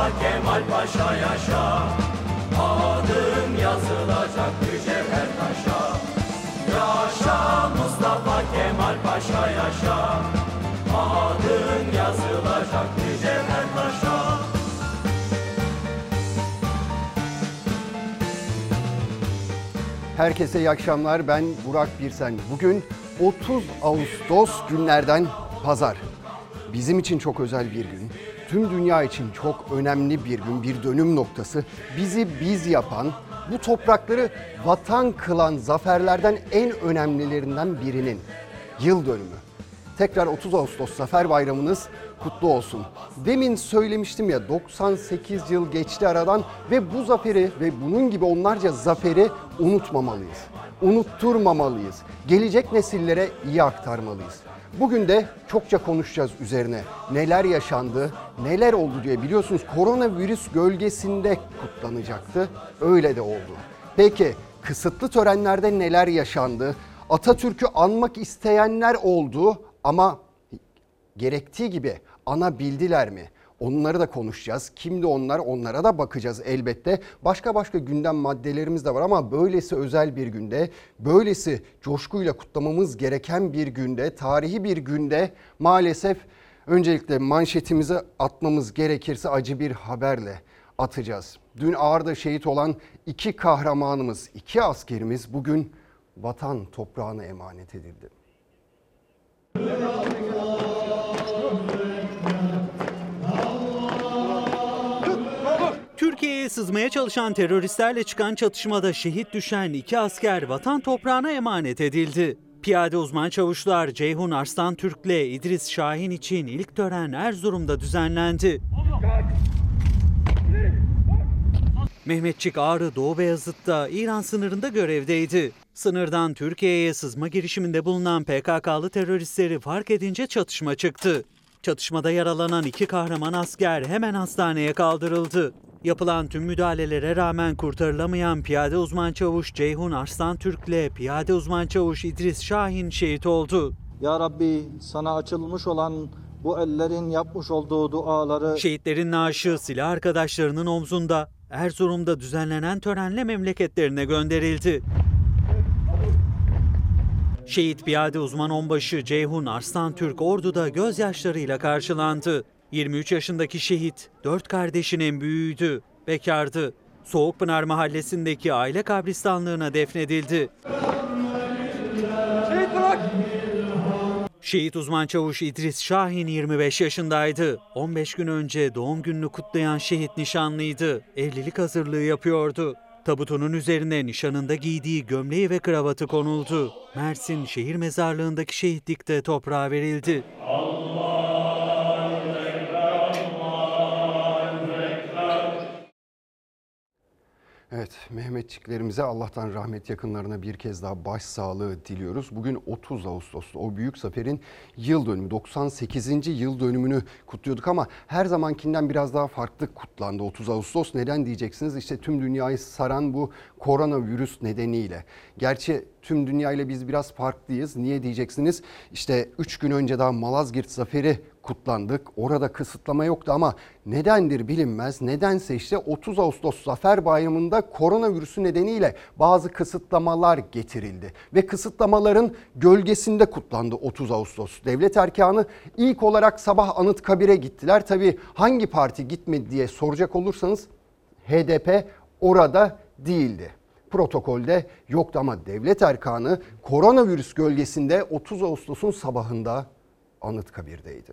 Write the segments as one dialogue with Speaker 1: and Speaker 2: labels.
Speaker 1: Mustafa Kemal Paşa yaşa, adın yazılacak mücevher taşa. Yaşa Mustafa Kemal Paşa yaşa, adın yazılacak mücevher taşa.
Speaker 2: Herkese iyi akşamlar. Ben Burak Birsen. Bugün 30 Ağustos günlerden pazar. Bizim için çok özel bir gün. Tüm dünya için çok önemli bir gün, bir dönüm noktası. Bizi biz yapan, bu toprakları vatan kılan zaferlerden en önemlilerinden birinin yıl dönümü. Tekrar 30 Ağustos Zafer Bayramınız kutlu olsun. Demin söylemiştim ya, 98 yıl geçti aradan ve bu zaferi ve bunun gibi onlarca zaferi unutmamalıyız. Unutturmamalıyız. Gelecek nesillere iyi aktarmalıyız. Bugün de çokça konuşacağız üzerine. Neler yaşandı, neler oldu diye. Biliyorsunuz koronavirüs gölgesinde kutlanacaktı. Öyle de oldu. Peki kısıtlı törenlerde neler yaşandı? Atatürk'ü anmak isteyenler oldu ama gerektiği gibi anabildiler mi? Onları da konuşacağız. Kimdi onlar? Onlara da bakacağız elbette. Başka gündem maddelerimiz de var ama böylesi özel bir günde, böylesi coşkuyla kutlamamız gereken bir günde, tarihi bir günde maalesef öncelikle manşetimizi atmamız gerekirse acı bir haberle atacağız. Dün Ağrı'da şehit olan 2 kahramanımız, 2 askerimiz bugün vatan toprağına emanet edildi.
Speaker 3: Türkiye'ye sızmaya çalışan teröristlerle çıkan çatışmada şehit düşen 2 asker vatan toprağına emanet edildi. Piyade uzman çavuşlar Ceyhun Arslan Türk'le İdris Şahin için ilk tören Erzurum'da düzenlendi. Mehmetçik Ağrı Doğu Beyazıt'ta İran sınırında görevdeydi. Sınırdan Türkiye'ye sızma girişiminde bulunan PKK'lı teröristleri fark edince çatışma çıktı. Çatışmada yaralanan 2 kahraman asker hemen hastaneye kaldırıldı. Yapılan tüm müdahalelere rağmen kurtarılamayan piyade uzman çavuş Ceyhun Arslan Türk'le piyade uzman çavuş İdris Şahin şehit oldu.
Speaker 4: Ya Rabbi, sana açılmış olan bu ellerin yapmış olduğu duaları...
Speaker 3: Şehitlerin naaşı silah arkadaşlarının omzunda Erzurum'da düzenlenen törenle memleketlerine gönderildi. Şehit piyade uzman onbaşı Ceyhun Arslan Türk Ordu'da gözyaşlarıyla karşılandı. 23 yaşındaki şehit 4 kardeşin en büyüğüydü, bekardı. Soğukpınar mahallesindeki aile kabristanlığına defnedildi. Şehit uzman çavuş İdris Şahin 25 yaşındaydı. 15 gün önce doğum gününü kutlayan şehit nişanlıydı. Evlilik hazırlığı yapıyordu. Tabutunun üzerine nişanında giydiği gömleği ve kravatı konuldu. Mersin şehir mezarlığındaki şehitlikte toprağa verildi.
Speaker 2: Evet, Mehmetçiklerimize Allah'tan rahmet, yakınlarına bir kez daha başsağlığı diliyoruz. Bugün 30 Ağustos'ta o büyük zaferin yıl dönümü, 98. yıl dönümünü kutluyorduk ama her zamankinden biraz daha farklı kutlandı 30 Ağustos. Neden diyeceksiniz? İşte tüm dünyayı saran bu koronavirüs nedeniyle. Gerçi tüm dünyayla biz biraz farklıyız. Niye diyeceksiniz? İşte 3 gün önce daha Malazgirt Zaferi kutlandık. Orada kısıtlama yoktu ama nedendir bilinmez. Nedense işte 30 Ağustos Zafer Bayramı'nda koronavirüsü nedeniyle bazı kısıtlamalar getirildi. Ve kısıtlamaların gölgesinde kutlandı 30 Ağustos. Devlet erkanı ilk olarak sabah Anıtkabir'e gittiler. Tabii hangi parti gitmedi diye soracak olursanız HDP orada değildi. Protokolde yoktu ama devlet erkanı koronavirüs gölgesinde 30 Ağustos'un sabahında Anıtkabir'deydi.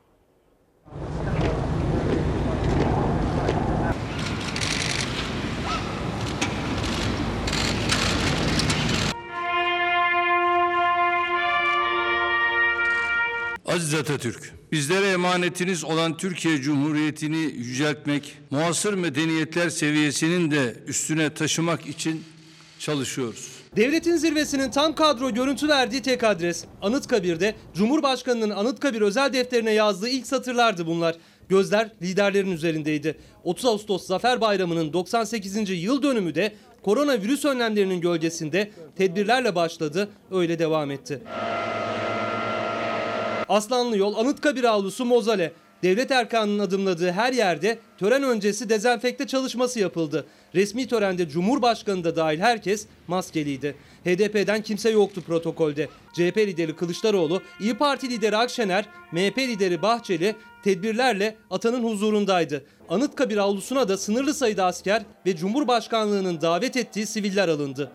Speaker 5: Aziz Atatürk, bizlere emanetiniz olan Türkiye Cumhuriyeti'ni yüceltmek, muasır medeniyetler seviyesinin de üstüne taşımak için çalışıyoruz.
Speaker 6: Devletin zirvesinin tam kadro görüntü verdiği tek adres Anıtkabir'de Cumhurbaşkanı'nın Anıtkabir özel defterine yazdığı ilk satırlardı bunlar. Gözler liderlerin üzerindeydi. 30 Ağustos Zafer Bayramı'nın 98. yıl dönümü de koronavirüs önlemlerinin gölgesinde tedbirlerle başladı, öyle devam etti. Aslanlı Yol, Anıtkabir avlusu, Mozale. Devlet erkanının adımladığı her yerde tören öncesi dezenfekte çalışması yapıldı. Resmi törende Cumhurbaşkanı da dahil herkes maskeliydi. HDP'den kimse yoktu protokolde. CHP lideri Kılıçdaroğlu, İYİ Parti lideri Akşener, MHP lideri Bahçeli tedbirlerle atanın huzurundaydı. Anıtkabir avlusuna da sınırlı sayıda asker ve Cumhurbaşkanlığının davet ettiği siviller alındı.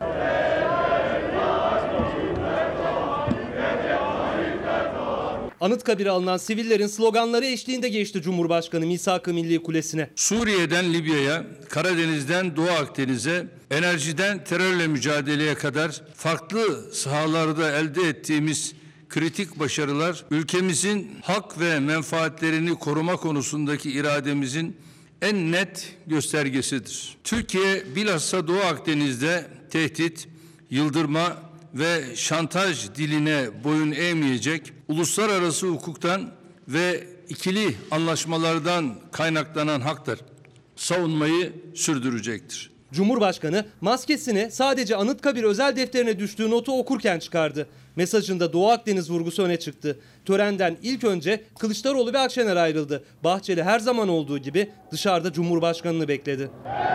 Speaker 6: Anıtkabir'e alınan sivillerin sloganları eşliğinde geçti Cumhurbaşkanı Misak-ı Milli Kulesi'ne.
Speaker 5: Suriye'den Libya'ya, Karadeniz'den Doğu Akdeniz'e, enerjiden terörle mücadeleye kadar farklı sahalarda elde ettiğimiz kritik başarılar ülkemizin hak ve menfaatlerini koruma konusundaki irademizin en net göstergesidir. Türkiye bilhassa Doğu Akdeniz'de tehdit, yıldırma ve şantaj diline boyun eğmeyecek, uluslararası hukuktan ve ikili anlaşmalardan kaynaklanan haklar savunmayı sürdürecektir.
Speaker 6: Cumhurbaşkanı maskesini sadece Anıtkabir özel defterine düştüğü notu okurken çıkardı. Mesajında Doğu Akdeniz vurgusu öne çıktı. Törenden ilk önce Kılıçdaroğlu ve Akşener ayrıldı. Bahçeli her zaman olduğu gibi dışarıda Cumhurbaşkanı'nı bekledi.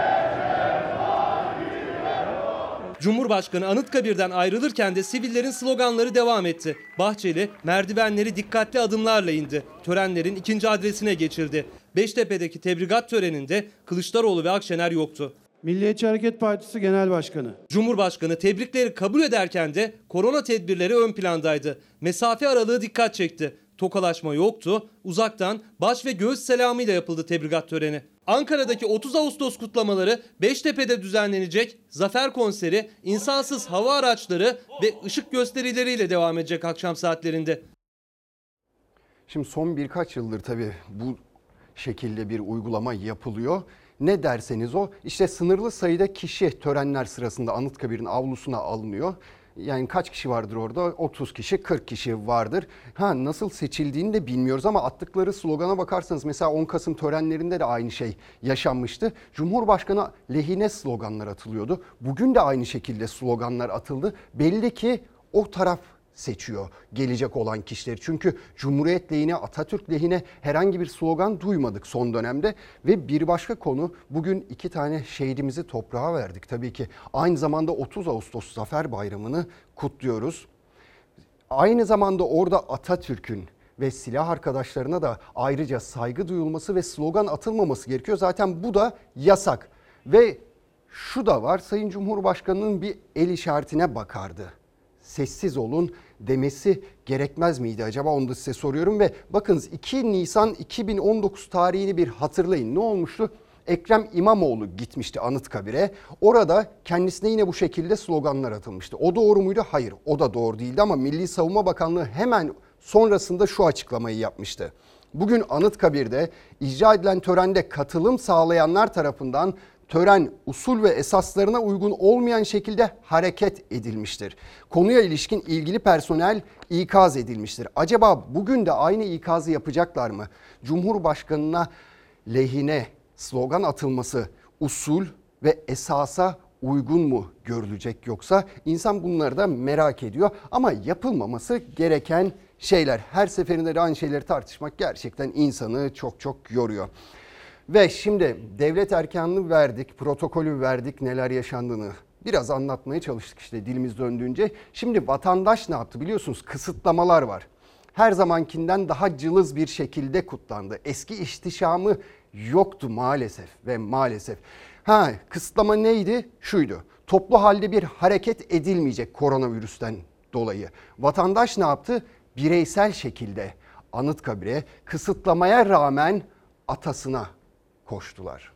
Speaker 6: Cumhurbaşkanı Anıtkabir'den ayrılırken de sivillerin sloganları devam etti. Bahçeli merdivenleri dikkatli adımlarla indi. Törenlerin ikinci adresine geçildi. Beştepe'deki tebrikat töreninde Kılıçdaroğlu ve Akşener yoktu.
Speaker 7: Milliyetçi Hareket Partisi Genel Başkanı.
Speaker 6: Cumhurbaşkanı tebrikleri kabul ederken de korona tedbirleri ön plandaydı. Mesafe aralığı dikkat çekti. Tokalaşma yoktu. Uzaktan baş ve göğüs selamıyla yapıldı tebrikat töreni. Ankara'daki 30 Ağustos kutlamaları, Beştepe'de düzenlenecek zafer konseri, insansız hava araçları ve ışık gösterileriyle devam edecek akşam saatlerinde.
Speaker 2: Şimdi son birkaç yıldır tabii bu şekilde bir uygulama yapılıyor. Ne derseniz o, işte sınırlı sayıda kişi törenler sırasında Anıtkabir'in avlusuna alınıyor. Yani kaç kişi vardır orada? 30 kişi, 40 kişi vardır. Nasıl seçildiğini de bilmiyoruz ama attıkları slogana bakarsanız mesela 10 Kasım törenlerinde de aynı şey yaşanmıştı. Cumhurbaşkanı lehine sloganlar atılıyordu. Bugün de aynı şekilde sloganlar atıldı. Belli ki o taraf seçiyor gelecek olan kişileri. Çünkü Cumhuriyet lehine, Atatürk lehine herhangi bir slogan duymadık son dönemde. Ve bir başka konu, bugün 2 tane şehidimizi toprağa verdik. Tabii ki aynı zamanda 30 Ağustos Zafer Bayramı'nı kutluyoruz. Aynı zamanda orada Atatürk'ün ve silah arkadaşlarına da ayrıca saygı duyulması ve slogan atılmaması gerekiyor. Zaten bu da yasak. Ve şu da var, Sayın Cumhurbaşkanı'nın bir el işaretine bakardı. Sessiz olun demesi gerekmez miydi acaba, onu da size soruyorum. Ve bakınız 2 Nisan 2019 tarihini bir hatırlayın. Ne olmuştu? Ekrem İmamoğlu gitmişti Anıtkabir'e. Orada kendisine yine bu şekilde sloganlar atılmıştı. O doğru muydu? Hayır, o da doğru değildi ama Milli Savunma Bakanlığı hemen sonrasında şu açıklamayı yapmıştı. Bugün Anıtkabir'de icra edilen törende katılım sağlayanlar tarafından tören usul ve esaslarına uygun olmayan şekilde hareket edilmiştir. Konuya ilişkin ilgili personel ikaz edilmiştir. Acaba bugün de aynı ikazı yapacaklar mı? Cumhurbaşkanına lehine slogan atılması usul ve esasa uygun mu görülecek, yoksa insan bunları da merak ediyor. Ama yapılmaması gereken şeyler. Her seferinde de aynı şeyleri tartışmak gerçekten insanı çok yoruyor. Ve şimdi devlet erkanını verdik, protokolü verdik, neler yaşandığını biraz anlatmaya çalıştık işte dilimiz döndüğünce. Şimdi vatandaş ne yaptı biliyorsunuz, kısıtlamalar var. Her zamankinden daha cılız bir şekilde kutlandı. Eski ihtişamı yoktu maalesef ve maalesef. Kısıtlama neydi? Şuydu: toplu halde bir hareket edilmeyecek koronavirüsten dolayı. Vatandaş ne yaptı? Bireysel şekilde Anıtkabir'e kısıtlamaya rağmen atasına koştular.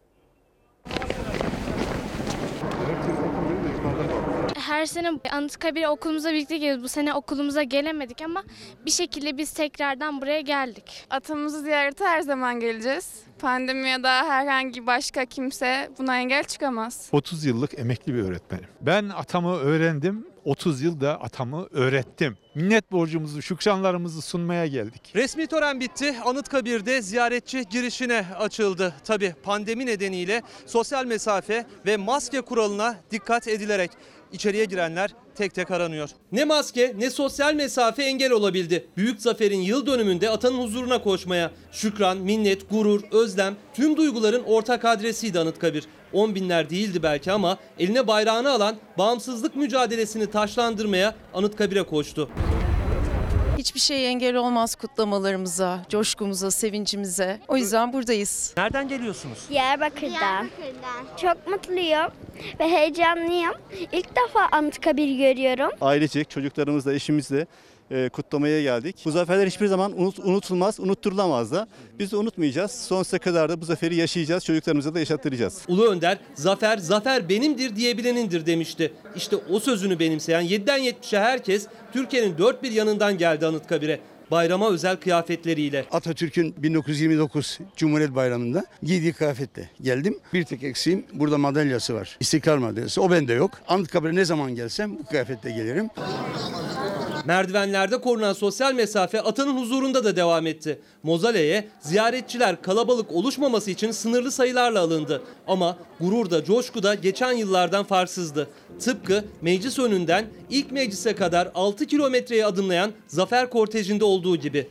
Speaker 8: Her sene Anıtkabir'e okulumuza birlikte geliyoruz. Bu sene okulumuza gelemedik ama bir şekilde biz tekrardan buraya geldik.
Speaker 9: Atamızı ziyarete her zaman geleceğiz. Pandemi ya da herhangi başka kimse buna engel çıkamaz.
Speaker 10: 30 yıllık emekli bir öğretmenim. Ben atamı öğrendim. 30 yılda atamı öğrettim. Minnet borcumuzu, şükranlarımızı sunmaya geldik.
Speaker 6: Resmi tören bitti. Anıtkabir'de ziyaretçi girişine açıldı. Tabii pandemi nedeniyle sosyal mesafe ve maske kuralına dikkat edilerek içeriye girenler tek tek aranıyor. Ne maske ne sosyal mesafe engel olabildi. Büyük zaferin yıl dönümünde atanın huzuruna koşmaya. Şükran, minnet, gurur, özlem tüm duyguların ortak adresiydi Anıtkabir. 10 binler değildi belki ama eline bayrağını alan bağımsızlık mücadelesini taşlandırmaya Anıtkabir'e koştu.
Speaker 11: Hiçbir şey engel olmaz kutlamalarımıza, coşkumuza, sevincimize. O yüzden buradayız.
Speaker 6: Nereden geliyorsunuz?
Speaker 12: Diyarbakır'dan. Çok mutluyum ve heyecanlıyım. İlk defa Anıtkabir görüyorum.
Speaker 13: Ailecek, çocuklarımızla, eşimizle kutlamaya geldik. Bu zaferler hiçbir zaman unutulmaz, unutturulamaz da. Biz de unutmayacağız. Sonsuza kadar da bu zaferi yaşayacağız, çocuklarımıza da yaşattıracağız.
Speaker 6: Ulu Önder, zafer benimdir diyebilenindir demişti. İşte o sözünü benimseyen 7'den 70'e herkes Türkiye'nin dört bir yanından geldi Anıtkabir'e. Bayrama özel kıyafetleriyle.
Speaker 14: Atatürk'ün 1929 Cumhuriyet Bayramı'nda giydiği kıyafetle geldim. Bir tek eksiğim, burada madalyası var. İstiklal madalyası. O bende yok. Anıtkabir'e ne zaman gelsem bu kıyafetle gelirim.
Speaker 6: Merdivenlerde korunan sosyal mesafe atanın huzurunda da devam etti. Mozoleye ziyaretçiler kalabalık oluşmaması için sınırlı sayılarla alındı. Ama gurur da coşku da geçen yıllardan farksızdı. Tıpkı meclis önünden ilk meclise kadar 6 kilometreyi adımlayan zafer kortejinde olduğu gibi.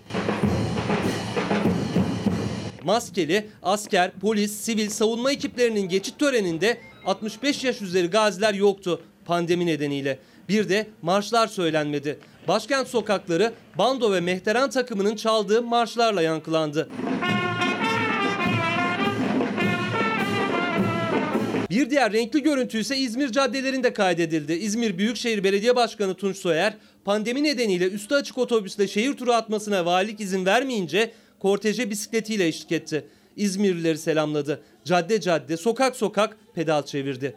Speaker 6: Maskeli, asker, polis, sivil savunma ekiplerinin geçit töreninde 65 yaş üzeri gaziler yoktu pandemi nedeniyle. Bir de marşlar söylenmedi. Başkent sokakları bando ve mehteran takımının çaldığı marşlarla yankılandı. Bir diğer renkli görüntü ise İzmir caddelerinde kaydedildi. İzmir Büyükşehir Belediye Başkanı Tunç Soyer, pandemi nedeniyle üstü açık otobüsle şehir turu atmasına valilik izin vermeyince korteje bisikletiyle eşlik etti. İzmirlileri selamladı. Cadde cadde, sokak sokak pedal çevirdi.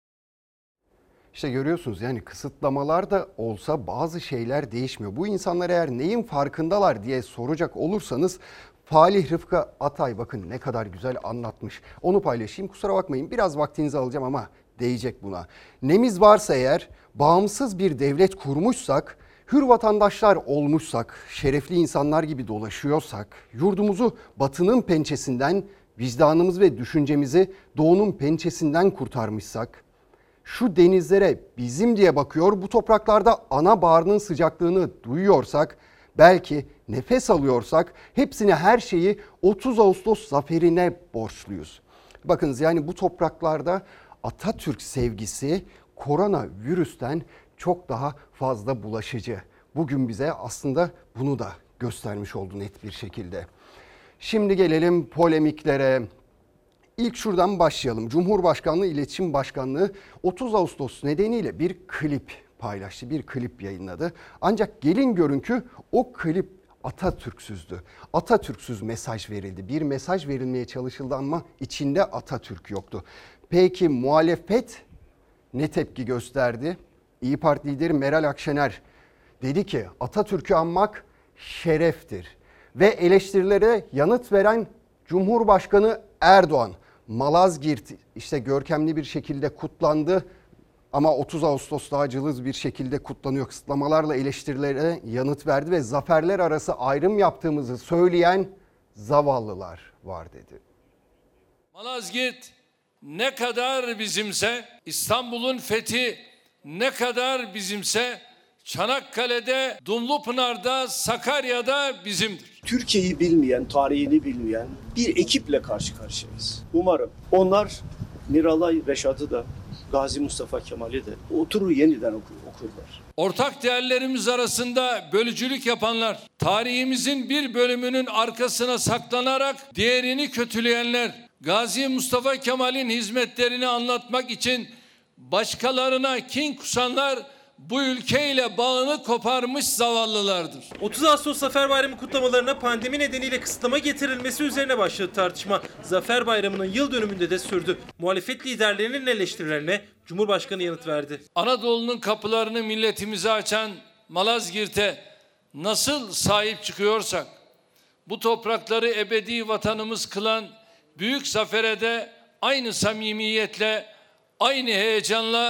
Speaker 2: İşte görüyorsunuz yani kısıtlamalar da olsa bazı şeyler değişmiyor. Bu insanlar eğer neyin farkındalar diye soracak olursanız Falih Rıfkı Atay bakın ne kadar güzel anlatmış. Onu paylaşayım, kusura bakmayın biraz vaktinizi alacağım ama değecek buna. Nemiz varsa eğer bağımsız bir devlet kurmuşsak, hür vatandaşlar olmuşsak, şerefli insanlar gibi dolaşıyorsak, yurdumuzu batının pençesinden, vicdanımız ve düşüncemizi doğunun pençesinden kurtarmışsak, şu denizlere bizim diye bakıyor, bu topraklarda ana bağrının sıcaklığını duyuyorsak, belki nefes alıyorsak hepsine her şeyi 30 Ağustos zaferine borçluyuz. Bakınız yani bu topraklarda Atatürk sevgisi koronavirüsten çok daha fazla bulaşıcı. Bugün bize aslında bunu da göstermiş oldu net bir şekilde. Şimdi gelelim polemiklere. İlk şuradan başlayalım. Cumhurbaşkanlığı İletişim Başkanlığı 30 Ağustos nedeniyle bir klip paylaştı. Bir klip yayınladı. Ancak gelin görün ki o klip Atatürksüzdü. Atatürksüz mesaj verildi. Bir mesaj verilmeye çalışıldı ama içinde Atatürk yoktu. Peki muhalefet ne tepki gösterdi? İYİ Parti lideri Meral Akşener dedi ki Atatürk'ü anmak şereftir. Ve eleştirilere yanıt veren Cumhurbaşkanı Erdoğan, Malazgirt işte görkemli bir şekilde kutlandı ama 30 Ağustos daha cılız bir şekilde kutlanıyor. Kısıtlamalarla eleştirilere yanıt verdi ve zaferler arası ayrım yaptığımızı söyleyen zavallılar var dedi.
Speaker 5: Malazgirt ne kadar bizimse, İstanbul'un fethi ne kadar bizimse, Çanakkale'de, Dumlupınar'da, Sakarya'da bizimdir.
Speaker 15: Türkiye'yi bilmeyen, tarihini bilmeyen bir ekiple karşı karşıyayız. Umarım onlar Miralay Reşat'ı da, Gazi Mustafa Kemal'i de oturur yeniden okurlar.
Speaker 5: Ortak değerlerimiz arasında bölücülük yapanlar, tarihimizin bir bölümünün arkasına saklanarak diğerini kötüleyenler, Gazi Mustafa Kemal'in hizmetlerini anlatmak için başkalarına kin kusanlar, bu ülkeyle bağını koparmış zavallılardır.
Speaker 6: 30 Ağustos Zafer Bayramı kutlamalarına pandemi nedeniyle kısıtlama getirilmesi üzerine başladı tartışma. Zafer Bayramı'nın yıl dönümünde de sürdü. Muhalefet liderlerinin eleştirilerine Cumhurbaşkanı yanıt verdi.
Speaker 5: Anadolu'nun kapılarını milletimize açan Malazgirt'e nasıl sahip çıkıyorsak, bu toprakları ebedi vatanımız kılan büyük zafere de aynı samimiyetle, aynı heyecanla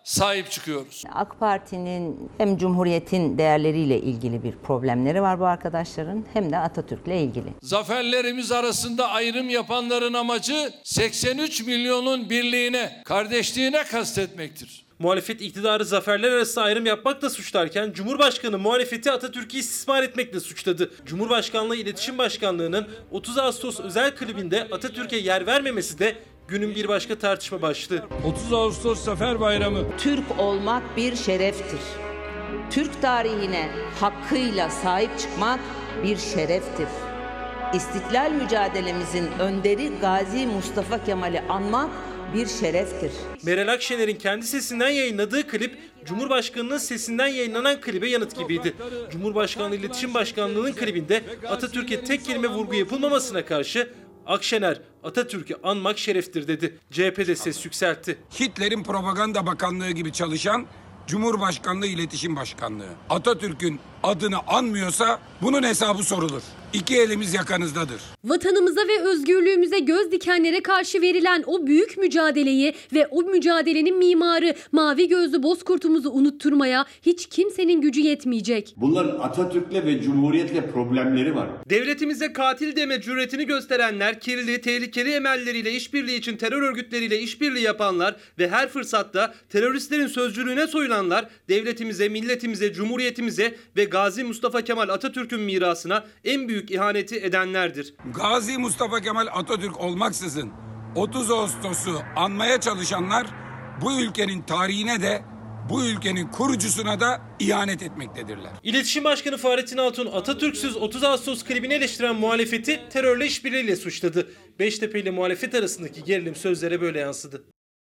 Speaker 5: sahip çıkıyoruz.
Speaker 16: AK Parti'nin hem Cumhuriyet'in değerleriyle ilgili bir problemleri var bu arkadaşların hem de Atatürk'le ilgili.
Speaker 5: Zaferlerimiz arasında ayrım yapanların amacı 83 milyonun birliğine, kardeşliğine kastetmektir.
Speaker 6: Muhalefet iktidarı zaferler arası ayrım yapmakla suçlarken Cumhurbaşkanı muhalefeti Atatürk'ü istismar etmekle suçladı. Cumhurbaşkanlığı İletişim Başkanlığı'nın 30 Ağustos özel klibinde Atatürk'e yer vermemesi de günün bir başka tartışma başlığı.
Speaker 5: 30 Ağustos Zafer Bayramı.
Speaker 16: Türk olmak bir şereftir. Türk tarihine hakkıyla sahip çıkmak bir şereftir. İstiklal mücadelemizin önderi Gazi Mustafa Kemal'i anmak bir şereftir.
Speaker 6: Meral Akşener'in kendi sesinden yayınladığı klip, Cumhurbaşkanı'nın sesinden yayınlanan klibe yanıt gibiydi. Cumhurbaşkanlığı İletişim Başkanlığı'nın klibinde Atatürk'e tek kelime vurgu yapılmamasına karşı Akşener, Atatürk'ü anmak şereftir dedi. CHP de ses yükseltti.
Speaker 17: Hitler'in propaganda bakanlığı gibi çalışan Cumhurbaşkanlığı İletişim Başkanlığı. Atatürk'ün adını anmıyorsa bunun hesabı sorulur. İki elimiz yakanızdadır.
Speaker 18: Vatanımıza ve özgürlüğümüze göz dikenlere karşı verilen o büyük mücadeleyi ve o mücadelenin mimarı mavi gözlü Bozkurt'umuzu unutturmaya hiç kimsenin gücü yetmeyecek.
Speaker 19: Bunların Atatürk'le ve Cumhuriyet'le problemleri var.
Speaker 6: Devletimize katil deme cüretini gösterenler, kirli, tehlikeli emelleriyle işbirliği için terör örgütleriyle işbirliği yapanlar ve her fırsatta teröristlerin sözcülüğüne soyulanlar, devletimize, milletimize, cumhuriyetimize ve Gazi Mustafa Kemal Atatürk'ün mirasına en büyük ihaneti edenlerdir.
Speaker 17: Gazi Mustafa Kemal Atatürk olmaksızın 30 Ağustos'u anmaya çalışanlar bu ülkenin tarihine de bu ülkenin kurucusuna da ihanet etmektedirler.
Speaker 6: İletişim Başkanı Fahrettin Altun Atatürk'süz 30 Ağustos klibini eleştiren muhalefeti terörle işbirliğiyle suçladı. Beştepe ile muhalefet arasındaki gerilim sözlere böyle yansıdı.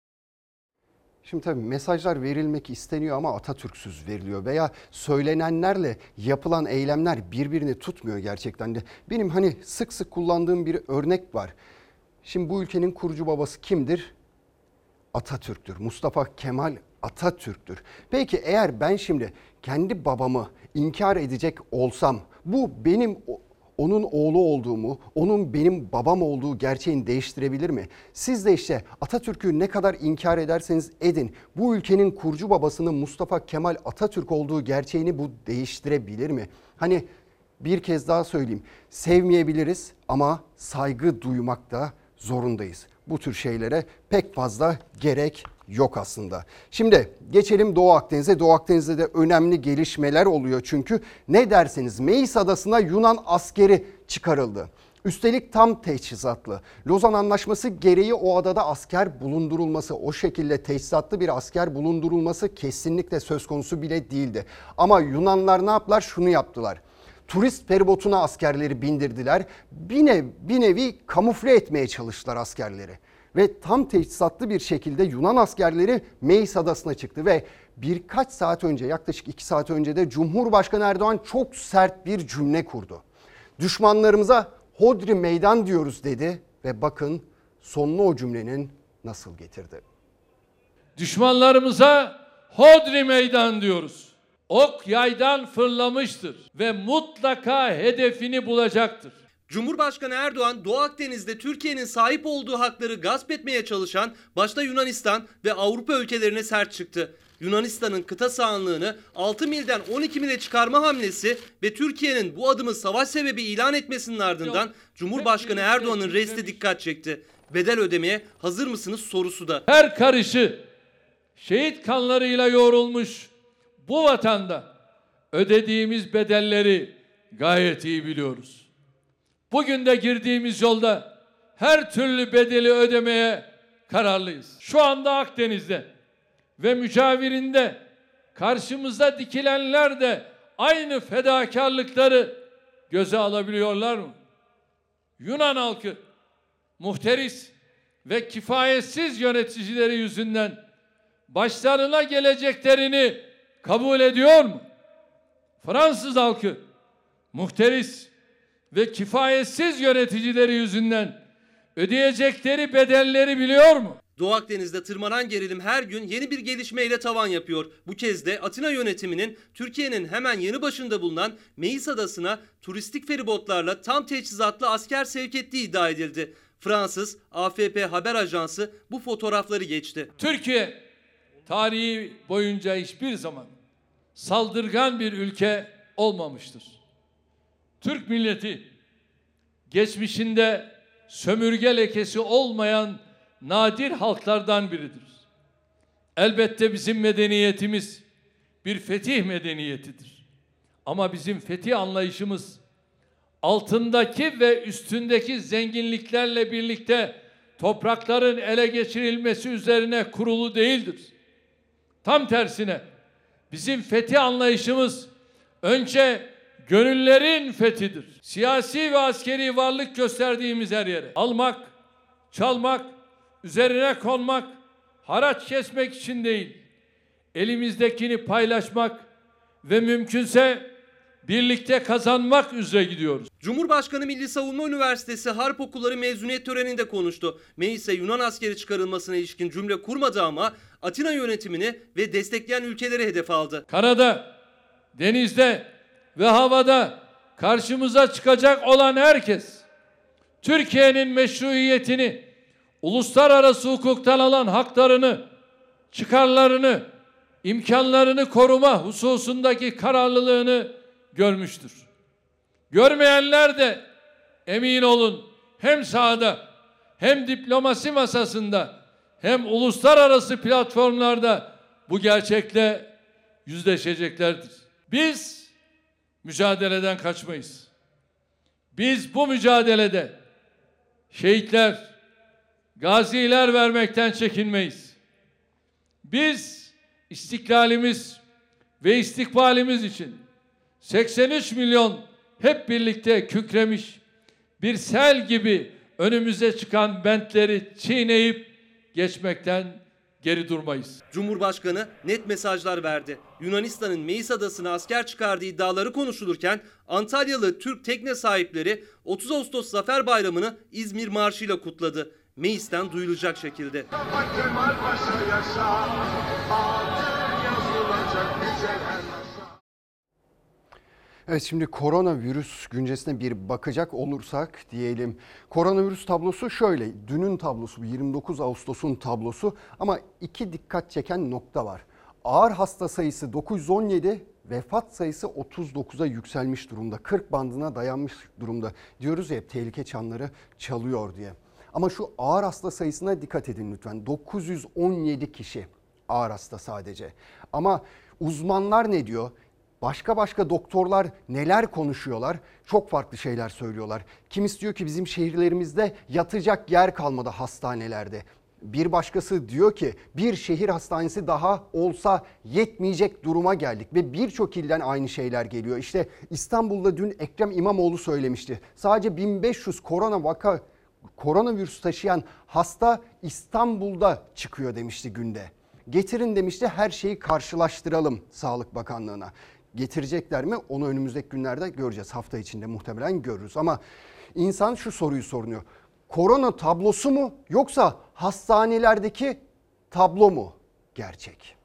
Speaker 2: Şimdi tabii mesajlar verilmek isteniyor ama Atatürk'süz veriliyor veya söylenenlerle yapılan eylemler birbirini tutmuyor gerçekten de. Benim hani sık sık kullandığım bir örnek var. Şimdi bu ülkenin kurucu babası kimdir? Atatürk'tür. Mustafa Kemal Atatürk'tür. Peki eğer ben şimdi kendi babamı inkar edecek olsam bu benim onun oğlu olduğumu, onun benim babam olduğu gerçeğini değiştirebilir mi? Siz de işte Atatürk'ü ne kadar inkar ederseniz edin, bu ülkenin kurucu babasının Mustafa Kemal Atatürk olduğu gerçeğini bu değiştirebilir mi? Hani bir kez daha söyleyeyim, sevmeyebiliriz ama saygı duymak da zorundayız. Bu tür şeylere pek fazla gerek yok aslında. Şimdi geçelim Doğu Akdeniz'e. Doğu Akdeniz'de de önemli gelişmeler oluyor çünkü ne derseniz Meis Adası'na Yunan askeri çıkarıldı. Üstelik tam teçhizatlı. Lozan Anlaşması gereği o adada asker bulundurulması, o şekilde teçhizatlı bir asker bulundurulması kesinlikle söz konusu bile değildi. Ama Yunanlar ne yaptılar? Şunu yaptılar. Turist feribotuna askerleri bindirdiler. Bir nevi kamufle etmeye çalıştılar askerleri. Ve tam teçhizatlı bir şekilde Yunan askerleri Meis Adası'na çıktı ve birkaç saat önce, yaklaşık 2 saat önce de Cumhurbaşkanı Erdoğan çok sert bir cümle kurdu. Düşmanlarımıza hodri meydan diyoruz dedi ve bakın sonunu o cümlenin nasıl getirdi.
Speaker 5: Düşmanlarımıza hodri meydan diyoruz. Ok yaydan fırlamıştır ve mutlaka hedefini bulacaktır.
Speaker 6: Cumhurbaşkanı Erdoğan, Doğu Akdeniz'de Türkiye'nin sahip olduğu hakları gasp etmeye çalışan başta Yunanistan ve Avrupa ülkelerine sert çıktı. Yunanistan'ın kıta sahanlığını 6 milden 12 mile çıkarma hamlesi ve Türkiye'nin bu adımı savaş sebebi ilan etmesinin ardından Cumhurbaşkanı Erdoğan'ın resti dikkat çekti. Bedel ödemeye hazır mısınız sorusu da.
Speaker 5: Her karışı şehit kanlarıyla yoğrulmuş bu vatanda ödediğimiz bedelleri gayet iyi biliyoruz. Bugün de girdiğimiz yolda her türlü bedeli ödemeye kararlıyız. Şu anda Akdeniz'de ve mücavirinde karşımıza dikilenler de aynı fedakarlıkları göze alabiliyorlar mı? Yunan halkı muhteris ve kifayetsiz yöneticileri yüzünden başlarına geleceklerini kabul ediyor mu? Fransız halkı muhteris ve kifayetsiz yöneticileri yüzünden ödeyecekleri bedelleri biliyor mu?
Speaker 6: Doğu Akdeniz'de tırmanan gerilim her gün yeni bir gelişmeyle tavan yapıyor. Bu kez de Atina yönetiminin Türkiye'nin hemen yanı başında bulunan Meis Adası'na turistik feribotlarla tam teçhizatlı asker sevk ettiği iddia edildi. Fransız AFP haber ajansı bu fotoğrafları geçti.
Speaker 5: Türkiye tarihi boyunca hiçbir zaman saldırgan bir ülke olmamıştır. Türk milleti geçmişinde sömürge lekesi olmayan nadir halklardan biridir. Elbette bizim medeniyetimiz bir fetih medeniyetidir. Ama bizim fetih anlayışımız altındaki ve üstündeki zenginliklerle birlikte toprakların ele geçirilmesi üzerine kurulu değildir. Tam tersine bizim fetih anlayışımız önce gönüllerin fethidir. Siyasi ve askeri varlık gösterdiğimiz her yere almak, çalmak, üzerine konmak, haraç kesmek için değil, elimizdekini paylaşmak ve mümkünse birlikte kazanmak üzere gidiyoruz.
Speaker 6: Cumhurbaşkanı Milli Savunma Üniversitesi Harp Okulları mezuniyet töreninde konuştu. Meclise Yunan askeri çıkarılmasına ilişkin cümle kurmadı ama Atina yönetimini ve destekleyen ülkeleri hedef aldı.
Speaker 5: Karada, denizde ve havada karşımıza çıkacak olan herkes, Türkiye'nin meşruiyetini, uluslararası hukuktan alan haklarını, çıkarlarını, imkanlarını koruma hususundaki kararlılığını görmüştür. Görmeyenler de emin olun hem sahada hem diplomasi masasında hem uluslararası platformlarda bu gerçekle yüzleşeceklerdir. Biz mücadeleden kaçmayız. Biz bu mücadelede şehitler, gaziler vermekten çekinmeyiz. Biz istiklalimiz ve istikbalimiz için 83 milyon hep birlikte kükremiş bir sel gibi önümüze çıkan bentleri çiğneyip geçmekten geri durmayız.
Speaker 6: Cumhurbaşkanı net mesajlar verdi. Yunanistan'ın Meis adasına asker çıkardığı iddiaları konuşulurken Antalyalı Türk tekne sahipleri 30 Ağustos Zafer Bayramı'nı İzmir Marşı'yla kutladı. Meis'ten duyulacak şekilde.
Speaker 2: Evet, şimdi koronavirüs güncesine bir bakacak olursak diyelim. Koronavirüs tablosu şöyle. Dünün tablosu, 29 Ağustos'un tablosu ama iki dikkat çeken nokta var. Ağır hasta sayısı 917, vefat sayısı 39'a yükselmiş durumda. 40 bandına dayanmış durumda. Diyoruz ya hep tehlike çanları çalıyor diye. Ama şu ağır hasta sayısına dikkat edin lütfen. 917 kişi ağır hasta sadece. Ama uzmanlar ne diyor? Başka doktorlar neler konuşuyorlar? Çok farklı şeyler söylüyorlar. Kimisi diyor ki bizim şehirlerimizde yatacak yer kalmadı hastanelerde. Bir başkası diyor ki bir şehir hastanesi daha olsa yetmeyecek duruma geldik ve birçok ilden aynı şeyler geliyor. İşte İstanbul'da dün Ekrem İmamoğlu söylemişti. Sadece 1500 koronavirüs taşıyan hasta İstanbul'da çıkıyor demişti günde. Getirin demişti, her şeyi karşılaştıralım Sağlık Bakanlığı'na. Getirecekler mi? Onu önümüzdeki günlerde göreceğiz. Hafta içinde muhtemelen görürüz. Ama insan şu soruyu soruyor. Korona tablosu mu yoksa hastanelerdeki tablo mu gerçek?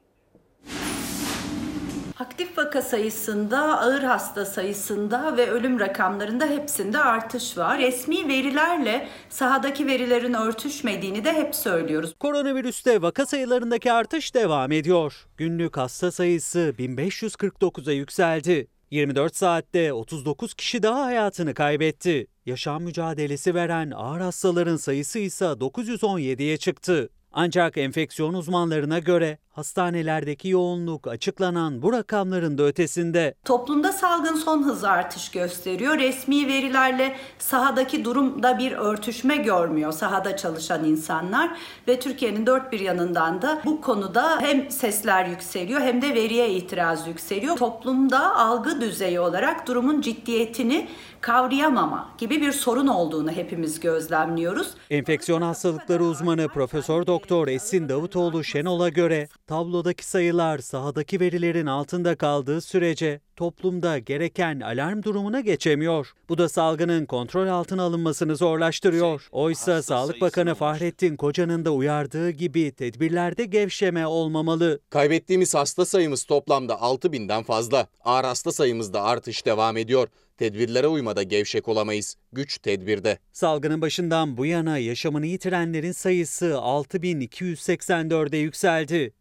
Speaker 20: Aktif vaka sayısında, ağır hasta sayısında ve ölüm rakamlarında hepsinde artış var. Resmi verilerle sahadaki verilerin örtüşmediğini de hep söylüyoruz.
Speaker 3: Koronavirüste vaka sayılarındaki artış devam ediyor. Günlük hasta sayısı 1549'a yükseldi. 24 saatte 39 kişi daha hayatını kaybetti. Yaşam mücadelesi veren ağır hastaların sayısı ise 917'ye çıktı. Ancak enfeksiyon uzmanlarına göre hastanelerdeki yoğunluk açıklanan bu rakamların da ötesinde.
Speaker 20: Toplumda salgın son hız artış gösteriyor. Resmi verilerle sahadaki durumda bir örtüşme görmüyor sahada çalışan insanlar ve Türkiye'nin dört bir yanından da bu konuda hem sesler yükseliyor hem de veriye itiraz yükseliyor. Toplumda algı düzeyi olarak durumun ciddiyetini kavrayamama gibi bir sorun olduğunu hepimiz gözlemliyoruz.
Speaker 3: Enfeksiyon hastalıkları uzmanı Profesör Doktor Esin Davutoğlu Şenol'a göre tablodaki sayılar sahadaki verilerin altında kaldığı sürece toplumda gereken alarm durumuna geçemiyor. Bu da salgının kontrol altına alınmasını zorlaştırıyor. Oysa Sağlık Bakanı Fahrettin Koca'nın da uyardığı gibi tedbirlerde gevşeme olmamalı.
Speaker 21: Kaybettiğimiz hasta sayımız toplamda 6.000'den fazla. Ağır hasta sayımızda artış devam ediyor. Tedbirlere uymada gevşek olamayız. Güç tedbirde.
Speaker 3: Salgının başından bu yana yaşamını yitirenlerin sayısı 6.284'e yükseldi.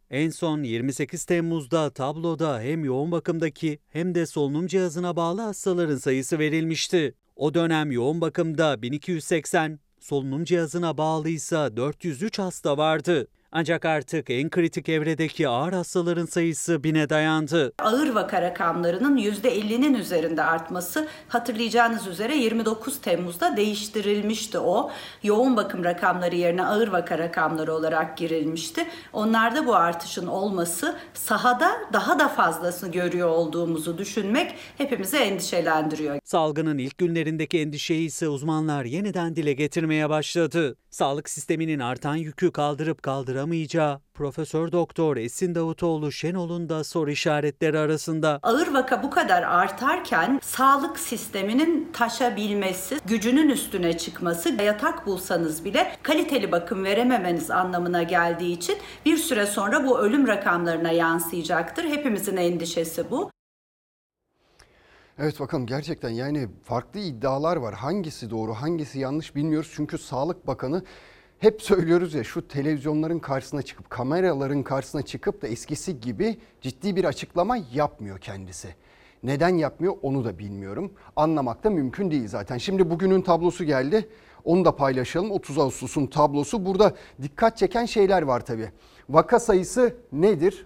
Speaker 3: En son 28 Temmuz'da tabloda hem yoğun bakımdaki hem de solunum cihazına bağlı hastaların sayısı verilmişti. O dönem yoğun bakımda 1280, solunum cihazına bağlıysa 403 hasta vardı. Ancak artık en kritik evredeki ağır hastaların sayısı 1000'e dayandı.
Speaker 20: Ağır vaka rakamlarının %50'nin üzerinde artması, hatırlayacağınız üzere 29 Temmuz'da değiştirilmişti o. Yoğun bakım rakamları yerine ağır vaka rakamları olarak girilmişti. Onlarda bu artışın olması, sahada daha da fazlasını görüyor olduğumuzu düşünmek hepimizi endişelendiriyor.
Speaker 3: Salgının ilk günlerindeki endişeyi ise uzmanlar yeniden dile getirmeye başladı. Sağlık sisteminin artan yükü kaldırıp kaldıramayacağı Profesör Doktor Esin Davutoğlu Şenol'un da soru işaretleri arasında.
Speaker 20: Ağır vaka bu kadar artarken sağlık sisteminin taşabilmesi, gücünün üstüne çıkması, yatak bulsanız bile kaliteli bakım verememeniz anlamına geldiği için bir süre sonra bu ölüm rakamlarına yansıyacaktır. Hepimizin endişesi bu.
Speaker 2: Evet, bakalım gerçekten yani farklı iddialar var. Hangisi doğru, hangisi yanlış bilmiyoruz. Çünkü Sağlık Bakanı, hep söylüyoruz ya, şu televizyonların karşısına çıkıp, kameraların karşısına çıkıp da eskisi gibi ciddi bir açıklama yapmıyor kendisi. Neden yapmıyor onu da bilmiyorum. Anlamak da mümkün değil zaten. Şimdi bugünün tablosu geldi. Onu da paylaşalım. 30 Ağustos'un tablosu. Burada dikkat çeken şeyler var tabii. Vaka sayısı nedir?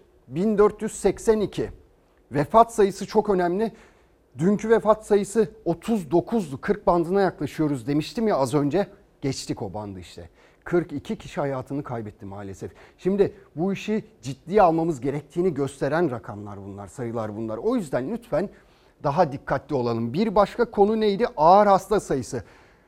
Speaker 2: 1482. Vefat sayısı çok önemli. Dünkü vefat sayısı 39'du. 40 bandına yaklaşıyoruz demiştim ya az önce. Geçtik o bandı işte. 42 kişi hayatını kaybetti maalesef. Şimdi bu işi ciddiye almamız gerektiğini gösteren rakamlar bunlar, sayılar bunlar. O yüzden lütfen daha dikkatli olalım. Bir başka konu neydi? Ağır hasta sayısı.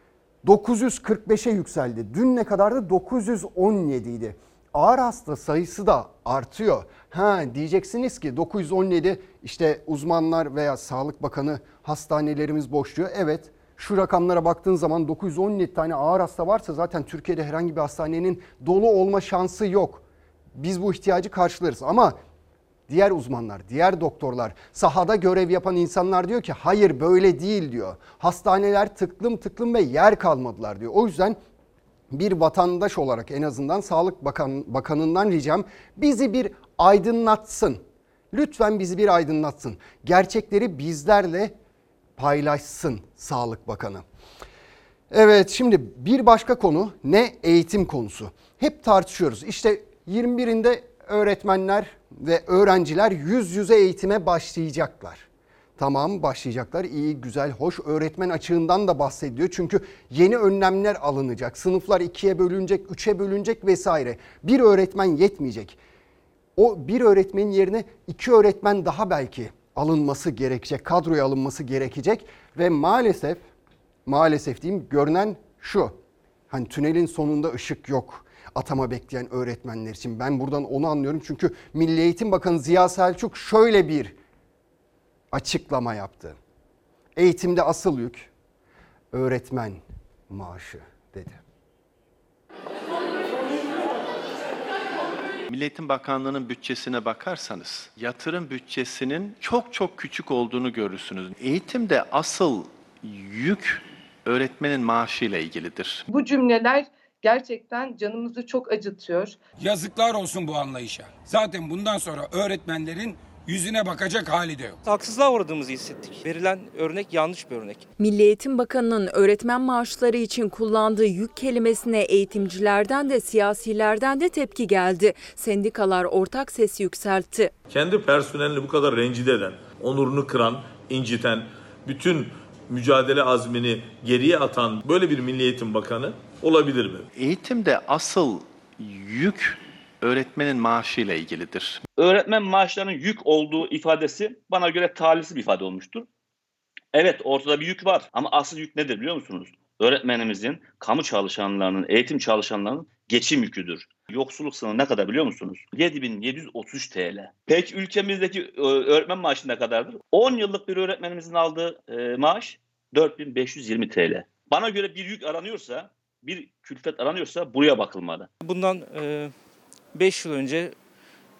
Speaker 2: 945'e yükseldi. Dün ne kadardı? 917 idi. Ağır hasta sayısı da artıyor. Diyeceksiniz ki 917 işte uzmanlar veya Sağlık Bakanı hastanelerimiz boş diyor. Evet, şu rakamlara baktığın zaman 917 tane ağır hasta varsa zaten Türkiye'de herhangi bir hastanenin dolu olma şansı yok. Biz bu ihtiyacı karşılarız ama diğer uzmanlar, diğer doktorlar, sahada görev yapan insanlar diyor ki hayır böyle değil diyor. Hastaneler tıklım tıklım ve yer kalmadılar diyor. O yüzden bir vatandaş olarak en azından Sağlık Bakanı'ndan ricam bizi bir aydınlatsın. Lütfen bizi bir aydınlatsın. Gerçekleri bizlerle paylaşsın Sağlık Bakanı. Evet, şimdi bir başka konu ne? Eğitim konusu. Hep tartışıyoruz. İşte 21'inde öğretmenler ve öğrenciler yüz yüze eğitime başlayacaklar. Tamam, başlayacaklar, iyi, güzel, hoş. Öğretmen açığından da bahsediyor. Çünkü yeni önlemler alınacak. Sınıflar 2'ye bölünecek, 3'e bölünecek vesaire. Bir öğretmen yetmeyecek. O bir öğretmenin yerine 2 öğretmen daha belki alınması gerekecek, kadroya alınması gerekecek. Ve maalesef diyeyim, görünen şu. Hani tünelin sonunda ışık yok atama bekleyen öğretmenler için. Ben buradan onu anlıyorum. Çünkü Milli Eğitim Bakanı Ziya Selçuk şöyle bir açıklama yaptı. Eğitimde asıl yük öğretmen maaşı dedi.
Speaker 1: Milli Eğitim Bakanlığı'nın bütçesine bakarsanız yatırım bütçesinin çok çok küçük olduğunu görürsünüz. Eğitimde asıl yük öğretmenin maaşıyla ilgilidir.
Speaker 22: Bu cümleler gerçekten canımızı çok acıtıyor.
Speaker 17: Yazıklar olsun bu anlayışa. Zaten bundan sonra öğretmenlerin yüzüne bakacak hali de yok.
Speaker 23: Haksızlığa uğradığımızı hissettik. Verilen örnek yanlış bir örnek.
Speaker 24: Milli Eğitim Bakanı'nın öğretmen maaşları için kullandığı yük kelimesine eğitimcilerden de siyasilerden de tepki geldi. Sendikalar ortak ses yükseltti.
Speaker 25: Kendi personelini bu kadar rencide eden, onurunu kıran, inciten, bütün mücadele azmini geriye atan böyle bir Milli Eğitim Bakanı olabilir mi?
Speaker 1: Eğitimde asıl yük öğretmenin maaşıyla ilgilidir.
Speaker 26: Öğretmen maaşlarının yük olduğu ifadesi bana göre talihsiz bir ifade olmuştur. Evet, ortada bir yük var ama asıl yük nedir biliyor musunuz? Öğretmenimizin, kamu çalışanlarının, eğitim çalışanlarının geçim yüküdür. Yoksulluk sınırı ne kadar biliyor musunuz? 7.733 TL. Peki ülkemizdeki öğretmen maaşı ne kadardır? 10 yıllık bir öğretmenimizin aldığı maaş 4.520 TL. Bana göre bir yük aranıyorsa, bir külfet aranıyorsa buraya bakılmalı.
Speaker 23: Bundan 5 yıl önce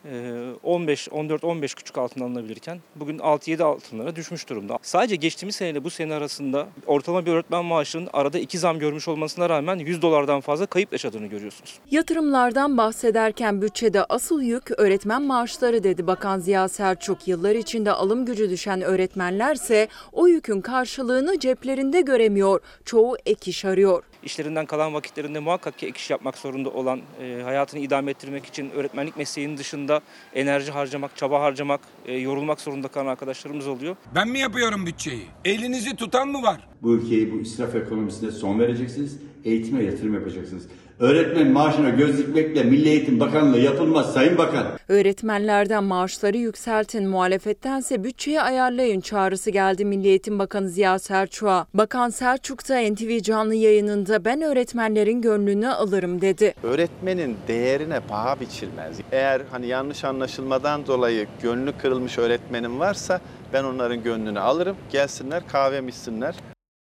Speaker 23: 14-15 küçük altın alınabilirken bugün 6-7 altınlara düşmüş durumda. Sadece geçtiğimiz seneyle bu sene arasında ortalama bir öğretmen maaşının arada 2 zam görmüş olmasına rağmen $100'dan fazla kayıp yaşadığını görüyorsunuz.
Speaker 24: Yatırımlardan bahsederken bütçede asıl yük öğretmen maaşları dedi Bakan Ziya Selçuk. Yıllar içinde alım gücü düşen öğretmenlerse o yükün karşılığını ceplerinde göremiyor. Çoğu ek iş arıyor.
Speaker 23: İşlerinden kalan vakitlerinde muhakkak ki ek iş yapmak zorunda olan, hayatını idame ettirmek için öğretmenlik mesleğinin dışında enerji harcamak, çaba harcamak, yorulmak zorunda kalan arkadaşlarımız oluyor.
Speaker 17: Ben mi yapıyorum bütçeyi? Elinizi tutan mı var?
Speaker 19: Bu ülkeyi bu israf ekonomisine son vereceksiniz. Eğitime yatırım yapacaksınız. Öğretmen maaşına göz dikmekle Milli Eğitim Bakanlığı yapılmaz Sayın Bakan.
Speaker 24: Öğretmenlerden maaşları yükseltin, muhalefettense bütçeyi ayarlayın çağrısı geldi Milli Eğitim Bakanı Ziya Selçuk'a. Bakan Selçuk da NTV canlı yayınında ben öğretmenlerin gönlünü alırım dedi.
Speaker 1: Öğretmenin değerine paha biçilmez. Eğer yanlış anlaşılmadan dolayı gönlü kırılmış öğretmenim varsa ben onların gönlünü alırım. Gelsinler kahve içsinler.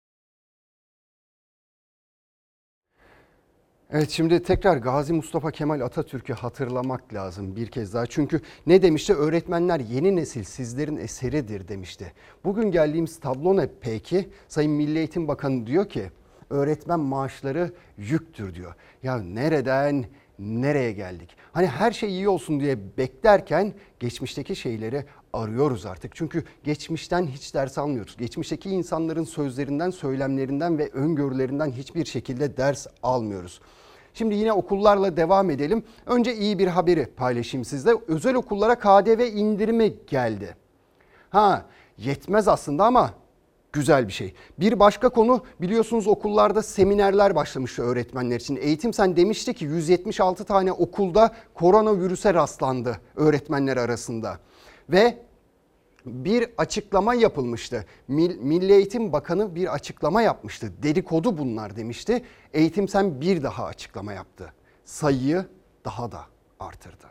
Speaker 2: Evet, şimdi tekrar Gazi Mustafa Kemal Atatürk'ü hatırlamak lazım bir kez daha. Çünkü ne demişti? Öğretmenler yeni nesil sizlerin eseridir demişti. Bugün geldiğimiz tablo ne peki? Sayın Milli Eğitim Bakanı diyor ki öğretmen maaşları yüktür diyor. Ya nereden nereye geldik? Her şey iyi olsun diye beklerken geçmişteki şeyleri arıyoruz artık. Çünkü geçmişten hiç ders almıyoruz. Geçmişteki insanların sözlerinden, söylemlerinden ve öngörülerinden hiçbir şekilde ders almıyoruz. Şimdi yine okullarla devam edelim. Önce iyi bir haberi paylaşayım sizle. Özel okullara KDV indirimi geldi. Yetmez aslında ama güzel bir şey. Bir başka konu, biliyorsunuz okullarda seminerler başlamıştı öğretmenler için. Eğitim Sen demişti ki 176 tane okulda koronavirüse rastlandı öğretmenler arasında. Ve bir açıklama yapılmıştı. Milli Eğitim Bakanı bir açıklama yapmıştı. Dedikodu bunlar demişti. Eğitim Sen bir daha açıklama yaptı. Sayıyı daha da artırdı.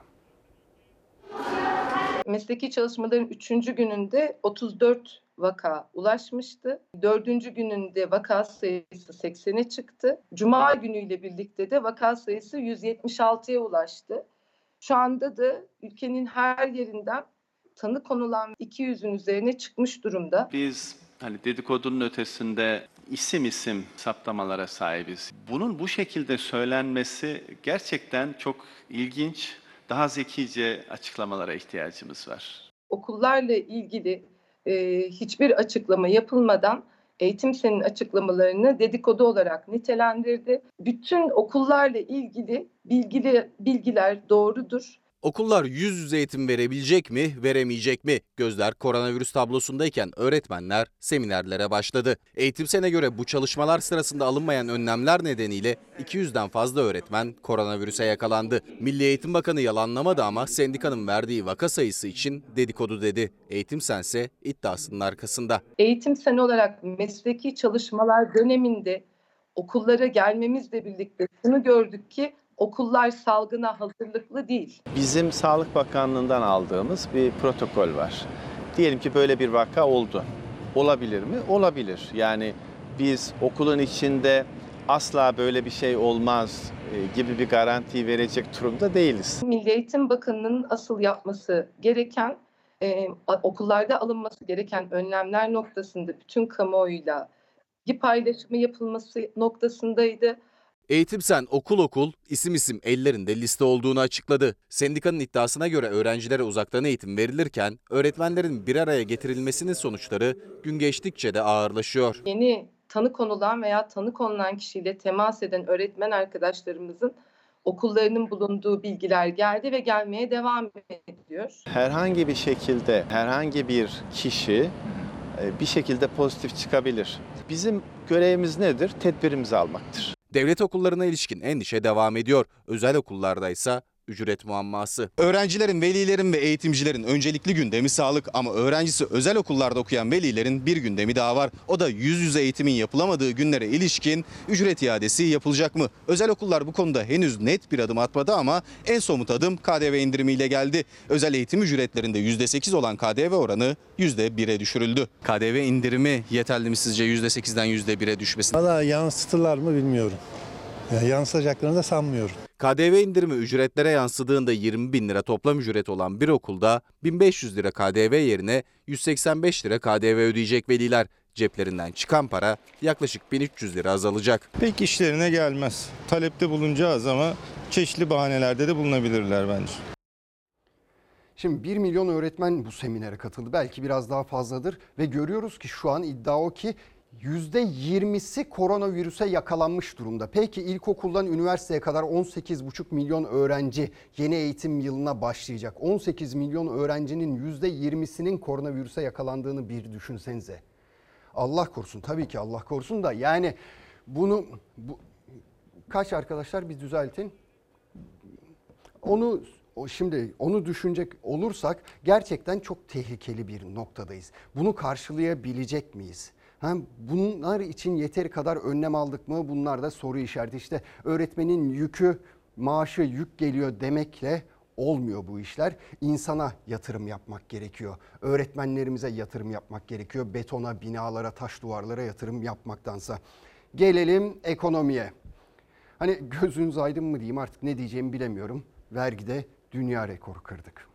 Speaker 22: Mesleki çalışmaların 3. gününde 34 vaka ulaşmıştı. 4. gününde vaka sayısı 80'e çıktı. Cuma günüyle birlikte de vaka sayısı 176'ya ulaştı. Şu anda da ülkenin her yerinden tanı konulan 200'ün üzerine çıkmış durumda.
Speaker 1: Biz dedikodunun ötesinde isim saptamalara sahibiz. Bunun bu şekilde söylenmesi gerçekten çok ilginç. Daha zekice açıklamalara ihtiyacımız var.
Speaker 22: Okullarla ilgili hiçbir açıklama yapılmadan Eğitim Sen'in açıklamalarını dedikodu olarak nitelendirdi. Bütün okullarla ilgili bilgiler doğrudur.
Speaker 21: Okullar yüz yüze eğitim verebilecek mi, veremeyecek mi? Gözler koronavirüs tablosundayken öğretmenler seminerlere başladı. Eğitim Sen'e göre bu çalışmalar sırasında alınmayan önlemler nedeniyle 200'den fazla öğretmen koronavirüse yakalandı. Milli Eğitim Bakanı yalanlamadı ama sendikanın verdiği vaka sayısı için dedikodu dedi. Eğitim Sen ise iddiasının arkasında.
Speaker 22: Eğitim Sen olarak mesleki çalışmalar döneminde okullara gelmemizle birlikte şunu gördük ki okullar salgına hazırlıklı değil.
Speaker 1: Bizim Sağlık Bakanlığı'ndan aldığımız bir protokol var. Diyelim ki böyle bir vaka oldu. Olabilir mi? Olabilir. Biz okulun içinde asla böyle bir şey olmaz gibi bir garanti verecek durumda değiliz.
Speaker 22: Milli Eğitim Bakanı'nın asıl yapması gereken, okullarda alınması gereken önlemler noktasında bütün kamuoyuyla bilgi paylaşımı yapılması noktasındaydı.
Speaker 21: Eğitim Sen okul isim ellerinde liste olduğunu açıkladı. Sendikanın iddiasına göre öğrencilere uzaktan eğitim verilirken öğretmenlerin bir araya getirilmesinin sonuçları gün geçtikçe de ağırlaşıyor.
Speaker 22: Yeni tanı konulan veya tanı konulan kişiyle temas eden öğretmen arkadaşlarımızın okullarının bulunduğu bilgiler geldi ve gelmeye devam ediyor.
Speaker 1: Herhangi bir şekilde herhangi bir kişi bir şekilde pozitif çıkabilir. Bizim görevimiz nedir? Tedbirimizi almaktır.
Speaker 21: Devlet okullarına ilişkin endişe devam ediyor. Özel okullardaysa ücret muamması. Öğrencilerin, velilerin ve eğitimcilerin öncelikli gündemi sağlık ama öğrencisi özel okullarda okuyan velilerin bir gündemi daha var. O da yüz yüze eğitimin yapılamadığı günlere ilişkin ücret iadesi yapılacak mı? Özel okullar bu konuda henüz net bir adım atmadı ama en somut adım KDV indirimiyle geldi. Özel eğitim ücretlerinde %8 olan KDV oranı %1'e düşürüldü. KDV indirimi yeterli mi sizce %8'den %1'e düşmesi?
Speaker 4: Valla yansıtırlar mı bilmiyorum. Yansıyacaklarını da sanmıyorum.
Speaker 21: KDV indirimi ücretlere yansıdığında 20 bin lira toplam ücret olan bir okulda 1500 lira KDV yerine 185 lira KDV ödeyecek veliler. Ceplerinden çıkan para yaklaşık 1300 lira azalacak.
Speaker 7: Pek işlerine gelmez. Talepte bulunacağız ama çeşitli bahanelerde de bulunabilirler bence.
Speaker 2: Şimdi 1 milyon öğretmen bu seminere katıldı. Belki biraz daha fazladır ve görüyoruz ki şu an iddia o ki %20'si koronavirüse yakalanmış durumda. Peki ilkokuldan üniversiteye kadar 18,5 milyon öğrenci yeni eğitim yılına başlayacak. 18 milyon öğrencinin %20'sinin koronavirüse yakalandığını bir düşünsenize. Allah korusun, tabii ki Allah korusun da yani kaç arkadaşlar bir düzeltin. Onu düşünecek olursak gerçekten çok tehlikeli bir noktadayız. Bunu karşılayabilecek miyiz? Bunlar için yeteri kadar önlem aldık mı? Bunlar da soru işareti. İşte öğretmenin maaşı yük geliyor demekle olmuyor bu işler. İnsana yatırım yapmak gerekiyor. Öğretmenlerimize yatırım yapmak gerekiyor. Betona, binalara, taş duvarlara yatırım yapmaktansa. Gelelim ekonomiye. Hani gözünüz aydın mı diyeyim, artık ne diyeceğimi bilemiyorum. Vergide dünya rekoru kırdık.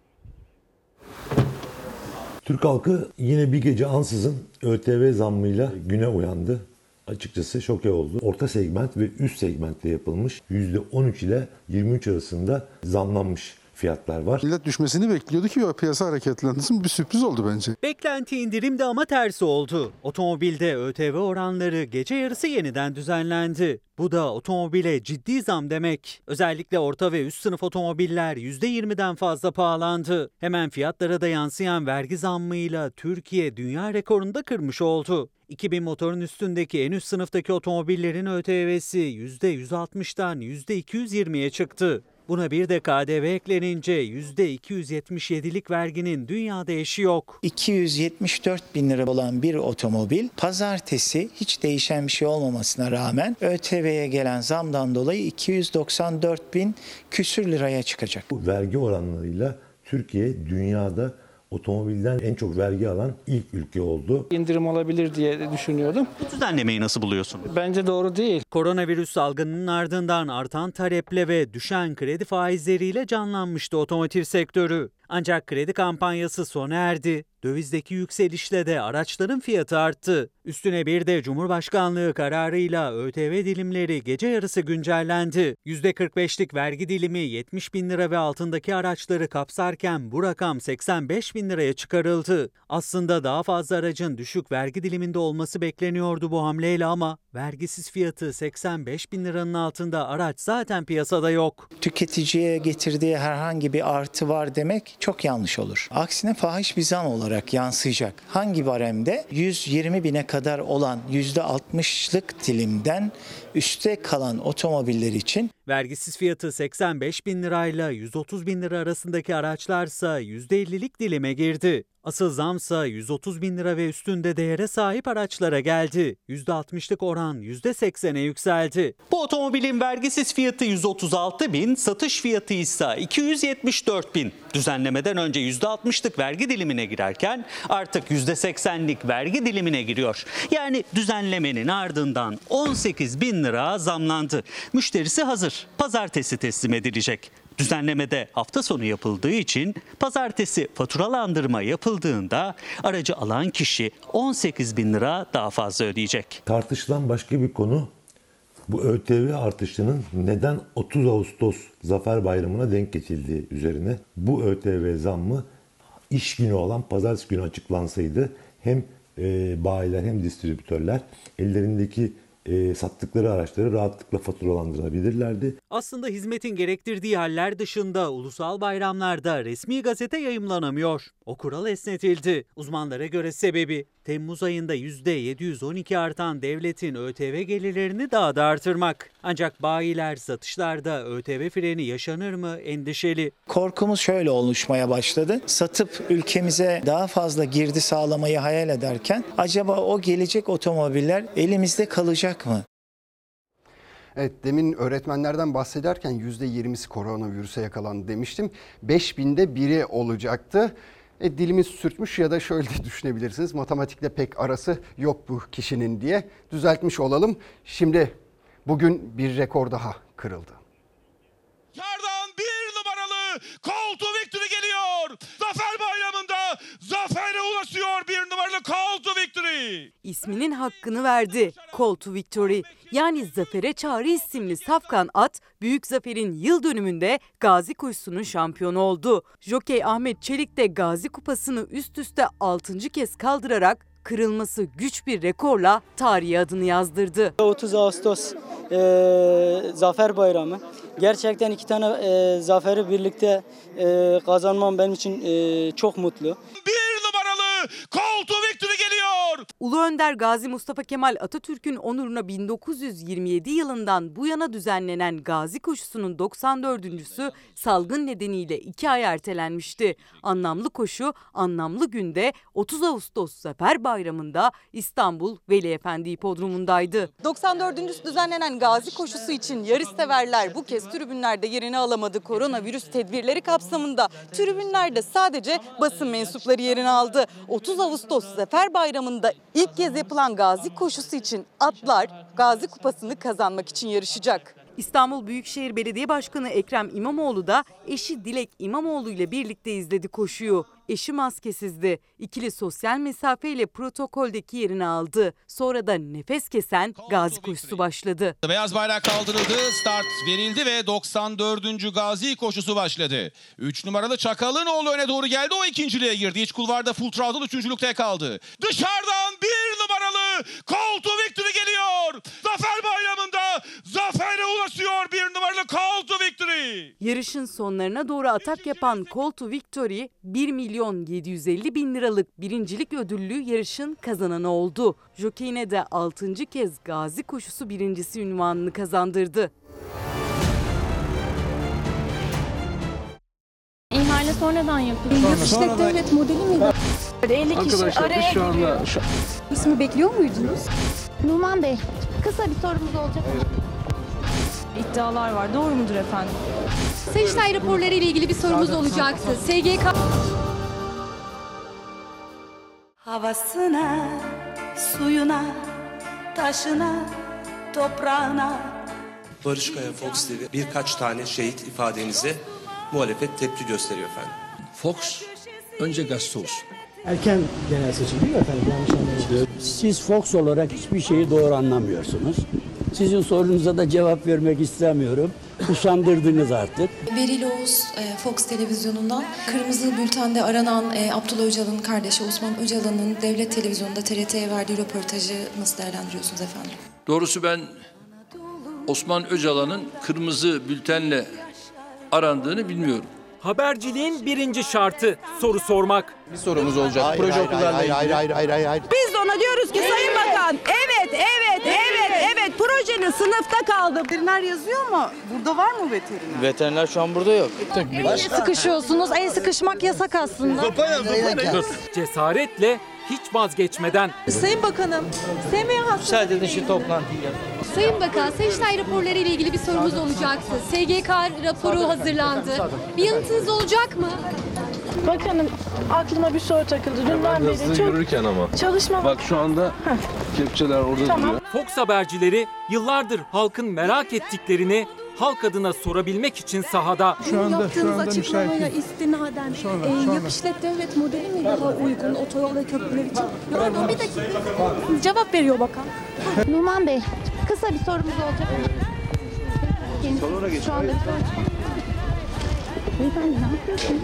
Speaker 8: Türk halkı yine bir gece ansızın ÖTV zammıyla güne uyandı. Açıkçası şoke oldu. Orta segment ve üst segmentte yapılmış %13 ile 23 arasında zamlanmış fiyatlar var.
Speaker 9: Millet düşmesini bekliyordu ki piyasa hareketlensin, bir sürpriz oldu bence.
Speaker 3: Beklenti indirimdi ama tersi oldu. Otomobilde ÖTV oranları gece yarısı yeniden düzenlendi. Bu da otomobile ciddi zam demek. Özellikle orta ve üst sınıf otomobiller %20'den fazla pahalandı. Hemen fiyatlara da yansıyan vergi zammıyla Türkiye dünya rekorunu da kırmış oldu. 2000 motorun üstündeki en üst sınıftaki otomobillerin ÖTV'si %160'dan %220'ye çıktı. Buna bir de KDV eklenince %277'lik verginin dünyada eşi yok.
Speaker 10: 274 bin lira olan bir otomobil pazartesi hiç değişen bir şey olmamasına rağmen ÖTV'ye gelen zamdan dolayı 294 bin küsür liraya çıkacak.
Speaker 8: Bu vergi oranlarıyla Türkiye dünyada otomobilden en çok vergi alan ilk ülke oldu.
Speaker 11: İndirim olabilir diye düşünüyordum.
Speaker 3: Bu düzenlemeyi nasıl buluyorsunuz?
Speaker 11: Bence doğru değil.
Speaker 3: Koronavirüs salgınının ardından artan taleple ve düşen kredi faizleriyle canlanmıştı otomotiv sektörü. Ancak kredi kampanyası sona erdi. Dövizdeki yükselişle de araçların fiyatı arttı. Üstüne bir de Cumhurbaşkanlığı kararıyla ÖTV dilimleri gece yarısı güncellendi. %45'lik vergi dilimi 70 bin lira ve altındaki araçları kapsarken bu rakam 85 bin liraya çıkarıldı. Aslında daha fazla aracın düşük vergi diliminde olması bekleniyordu bu hamleyle ama vergisiz fiyatı 85 bin liranın altında araç zaten piyasada yok.
Speaker 10: Tüketiciye getirdiği herhangi bir artı var demek çok yanlış olur. Aksine fahiş bir zam olarak yansıyacak. Hangi baremde? 120 bine kadar olan %60'lık dilimden üste kalan otomobiller için.
Speaker 3: Vergisiz fiyatı 85 bin lirayla 130 bin lira arasındaki araçlarsa %50'lik dilime girdi. Asıl zamsa 130 bin lira ve üstünde değere sahip araçlara geldi. %60'lık oran %80'e yükseldi. Bu otomobilin vergisiz fiyatı 136 bin, satış fiyatı ise 274 bin. Düzenlemeden önce %60'lık vergi dilimine girerken artık %80'lik vergi dilimine giriyor. Yani düzenlemenin ardından 18 bin lira zamlandı. Müşterisi hazır. Pazartesi teslim edilecek. Düzenlemede hafta sonu yapıldığı için pazartesi faturalandırma yapıldığında aracı alan kişi 18 bin lira daha fazla ödeyecek.
Speaker 8: Tartışılan başka bir konu bu ÖTV artışının neden 30 Ağustos Zafer Bayramı'na denk geçildiği üzerine. Bu ÖTV zammı iş günü olan pazartesi günü açıklansaydı hem bayiler hem distribütörler ellerindeki sattıkları araçları rahatlıkla faturalandırabilirlerdi.
Speaker 3: Aslında hizmetin gerektirdiği haller dışında ulusal bayramlarda resmi gazete yayımlanamıyor. O kural esnetildi. Uzmanlara göre sebebi Temmuz ayında %712 artan devletin ÖTV gelirlerini daha da artırmak. Ancak bayiler satışlarda ÖTV freni yaşanır mı endişeli.
Speaker 10: Korkumuz şöyle oluşmaya başladı. Satıp ülkemize daha fazla girdi sağlamayı hayal ederken acaba o gelecek otomobiller elimizde kalacak mı?
Speaker 2: Evet, demin öğretmenlerden bahsederken %20'si koronavirüse yakalandı demiştim. 5000'de biri olacaktı. Dilimiz sürtmüş ya da şöyle düşünebilirsiniz. Matematikle pek arası yok bu kişinin diye düzeltmiş olalım. Şimdi Bugün bir rekor daha kırıldı.
Speaker 12: Yardan 1 numaralı Call to Victory geliyor. Zafer Bayramı'nda zafere ulaşıyor 1 numaralı Call to Victory.
Speaker 13: İsminin hakkını verdi. Call to Victory, yani Zafere Çağrı isimli safkan at Büyük Zafer'in yıl dönümünde Gazi Koşusu'nun şampiyonu oldu. Jokey Ahmet Çelik de Gazi Kupası'nı üst üste 6. kez kaldırarak kırılması güç bir rekorla tarihe adını yazdırdı.
Speaker 14: 30 Ağustos Zafer Bayramı. Gerçekten 2 tane zaferi birlikte kazanmam benim için çok mutlu.
Speaker 12: 1 numaralı Call to Victory geliyor.
Speaker 13: Ulu Önder Gazi Mustafa Kemal Atatürk'ün onuruna 1927 yılından bu yana düzenlenen Gazi Koşusu'nun 94.'sü salgın nedeniyle 2 ay ertelenmişti. Anlamlı koşu, anlamlı günde 30 Ağustos Zafer Bayramı'nda İstanbul Veli Efendi Hipodromu'ndaydı.
Speaker 15: 94. düzenlenen Gazi Koşusu için yarışseverler bu kez tribünlerde yerini alamadı. Koronavirüs tedbirleri kapsamında tribünlerde sadece basın mensupları yerini aldı. 30 Ağustos Zafer Bayramı'nda ilk kez yapılan Gazi Koşusu için atlar Gazi Kupası'nı kazanmak için yarışacak.
Speaker 13: İstanbul Büyükşehir Belediye Başkanı Ekrem İmamoğlu da eşi Dilek İmamoğlu ile birlikte izledi koşuyu. Eşi maskesizdi. İkili sosyal mesafeyle protokoldeki yerini aldı. Sonra da nefes kesen Gazi Koşusu başladı.
Speaker 16: Beyaz bayrak kaldırıldı, start verildi ve 94. Gazi Koşusu başladı. 3 numaralı Çakalınoğlu öne doğru geldi, o ikinciliğe girdi. İç kulvarda Full Throttle üçüncülükte kaldı. Dışarıdan 1 numaralı Call to Victory geliyor. Zafer Bayramı'nda zafere ulaşıyor 1 numaralı Call to Victory.
Speaker 13: Yarışın sonlarına doğru atak yapan Call to Victory 1.750.000 liralık birincilik ödüllü yarışın kazananı oldu. Jokey'ine de 6. kez Gazi Koşusu birincisi unvanını kazandırdı.
Speaker 18: İhale sonradan yapıldı.
Speaker 27: İşte devlet modeli miydi?
Speaker 18: 50 kişi araya
Speaker 27: şu anda ismi bekliyor muydunuz?
Speaker 18: Numan Bey, kısa bir sorumuz olacak.
Speaker 27: İddialar var. Doğru mudur efendim? Sayıştay raporları ile ilgili bir sorumuz olacaktı. SGK
Speaker 20: Havasına, suyuna, taşına, toprağına.
Speaker 28: Barış Kaya Fox TV birkaç tane şehit ifadenize muhalefet tepki gösteriyor efendim.
Speaker 29: Fox önce gazete olsun.
Speaker 30: Erken genel seçim değil mi efendim? Yanlış anlamadım. Siz Fox olarak hiçbir şeyi doğru anlamıyorsunuz. Sizin sorunuza da cevap vermek istemiyorum. Usandırdınız artık.
Speaker 31: Beril Oğuz Fox Televizyonu'ndan Kırmızı Bülten'de aranan Abdullah Öcalan'ın kardeşi Osman Öcalan'ın devlet televizyonunda TRT'ye verdiği röportajı nasıl değerlendiriyorsunuz efendim?
Speaker 29: Doğrusu ben Osman Öcalan'ın Kırmızı Bülten'le arandığını bilmiyorum.
Speaker 32: Haberciliğin birinci şartı soru sormak.
Speaker 21: Bir sorumuz olacak. Proje okullarla ilgili.
Speaker 15: Hayır. Biz de ona diyoruz ki Sayın Bakan, evet, projenin sınıfta kaldı. Veteriner yazıyor mu? Burada var mı veteriner?
Speaker 10: Veteriner şu an burada yok.
Speaker 27: el sıkışıyorsunuz. El sıkışmak yasak aslında.
Speaker 32: Cesaretle hiç vazgeçmeden.
Speaker 15: Sayın Bakanım, SMH hastası.
Speaker 10: Müsaade edin şu toplantıyı yapalım.
Speaker 27: Sayın Bakan, Sayıştay raporları ile ilgili bir sorumuz olacaktı. SGK raporu hazırlandı. Bir yanıtınız olacak mı?
Speaker 18: Bakanım, aklıma bir soru takıldı. Dünden beri çok
Speaker 29: yürürken ama.
Speaker 18: çalışma...
Speaker 29: Bak şu anda kepçeler orada duruyor.
Speaker 32: Fox habercileri yıllardır halkın merak ettiklerini halk adına sorabilmek için sahada.
Speaker 27: Şu yaptığınız açıklamaya istinaden yap işlet devlet modeli mi daha uygun otoyol ve köprüler için? Pardon bir dakika. Cevap veriyor bakan.
Speaker 18: Numan Bey, kısa bir sorumuz olacak.
Speaker 29: Salona geç.
Speaker 18: Şu anda bir soru. Beyefendi ne yapıyorsunuz?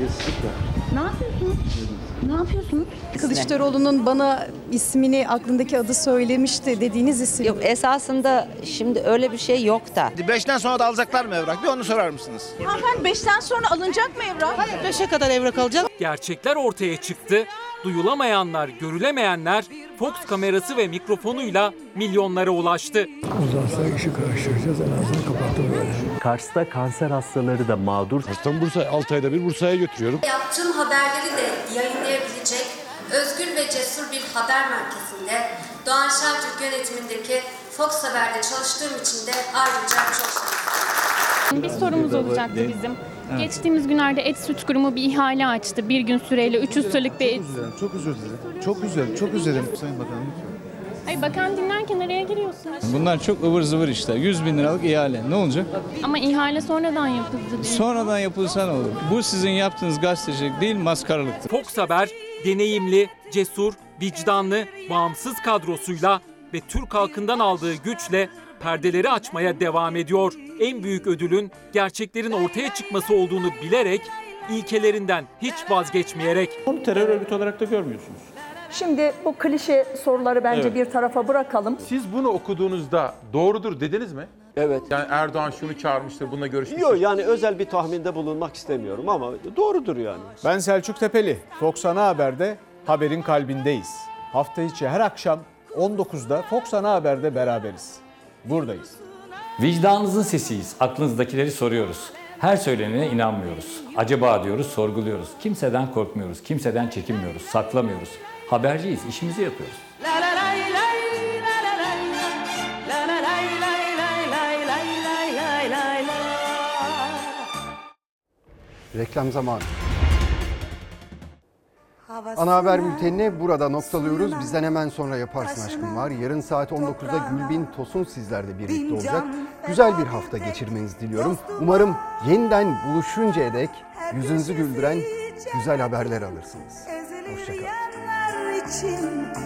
Speaker 18: Ne yapıyorsunuz?
Speaker 27: Kılıçdaroğlu'nun bana ismini, aklındaki adı söylemişti dediğiniz isim.
Speaker 15: Yok, esasında şimdi öyle bir şey yok da.
Speaker 21: 5'ten sonra da alacaklar mı evrak? Bir onu sorar mısınız?
Speaker 15: Hanımefendi 5'ten sonra alınacak mı evrak? Hayır, 5'e kadar evrak alacak.
Speaker 32: Gerçekler ortaya çıktı. Duyulamayanlar, görülemeyenler Fox kamerası ve mikrofonuyla milyonlara ulaştı.
Speaker 30: Uzaksa işi karıştıracağız. En azından kapattım böyle.
Speaker 33: Kars'ta kanser hastaları da mağdur.
Speaker 29: Kars'tan Bursa'ya, 6 ayda bir Bursa'ya götürüyorum.
Speaker 18: Yaptığım haberleri de yayınlayabilecek özgür ve cesur bir haber merkezinde Doğan Şentürk yönetimindeki Fox Haber'de çalıştığım için de ayrıca çok şanslıyım. Bir sorumuz olacaktı bizim. Evet. Geçtiğimiz günlerde Et Süt Kurumu bir ihale açtı. Bir gün süreyle 300 liralık bir et.
Speaker 9: Çok özür dilerim. Çok üzüldüm. Sayın Bakanım lütfen.
Speaker 18: Ay bakan dinlerken
Speaker 27: ki nereye giriyorsunuz?
Speaker 1: Bunlar çok ıvır zıvır işler. 100 bin liralık ihale. Ne olacak?
Speaker 27: Ama ihale sonradan yapıldı diye.
Speaker 1: Sonradan yapılsa ne olur? Bu sizin yaptığınız gazetecilik değil, maskaralıktır.
Speaker 32: Fox Haber, deneyimli, cesur, vicdanlı, bağımsız kadrosuyla ve Türk halkından aldığı güçle perdeleri açmaya devam ediyor. En büyük ödülün gerçeklerin ortaya çıkması olduğunu bilerek, ilkelerinden hiç vazgeçmeyerek.
Speaker 4: Onu terör örgütü olarak da görmüyorsunuz.
Speaker 5: Şimdi bu klişe soruları bence bir tarafa bırakalım.
Speaker 6: Siz bunu okuduğunuzda doğrudur dediniz mi?
Speaker 7: Evet.
Speaker 6: Yani Erdoğan şunu çağırmıştır, bununla görüşmüştür.
Speaker 7: Yok, yani özel bir tahminde bulunmak istemiyorum ama doğrudur yani.
Speaker 11: Ben Selçuk Tepeli. Fox Ana Haber'de haberin kalbindeyiz. Hafta içi her akşam 19'da Fox Ana Haber'de beraberiz. Buradayız.
Speaker 17: Vicdanınızın sesiyiz. Aklınızdakileri soruyoruz. Her söylenene inanmıyoruz. Acaba diyoruz, sorguluyoruz. Kimseden korkmuyoruz, kimseden çekinmiyoruz, saklamıyoruz. Haberciyiz, işimizi yapıyoruz.
Speaker 2: Reklam zamanı. Ana haber bültenini burada noktalıyoruz. Bizden hemen sonra Yaparsın Aşkım var. Yarın saat 19'da Gülbin Tosun sizlerle birlikte olacak. Güzel bir hafta geçirmenizi diliyorum. Umarım yeniden buluşuncaya dek yüzünüzü güldüren güzel haberler alırsınız. Hoşçakalın.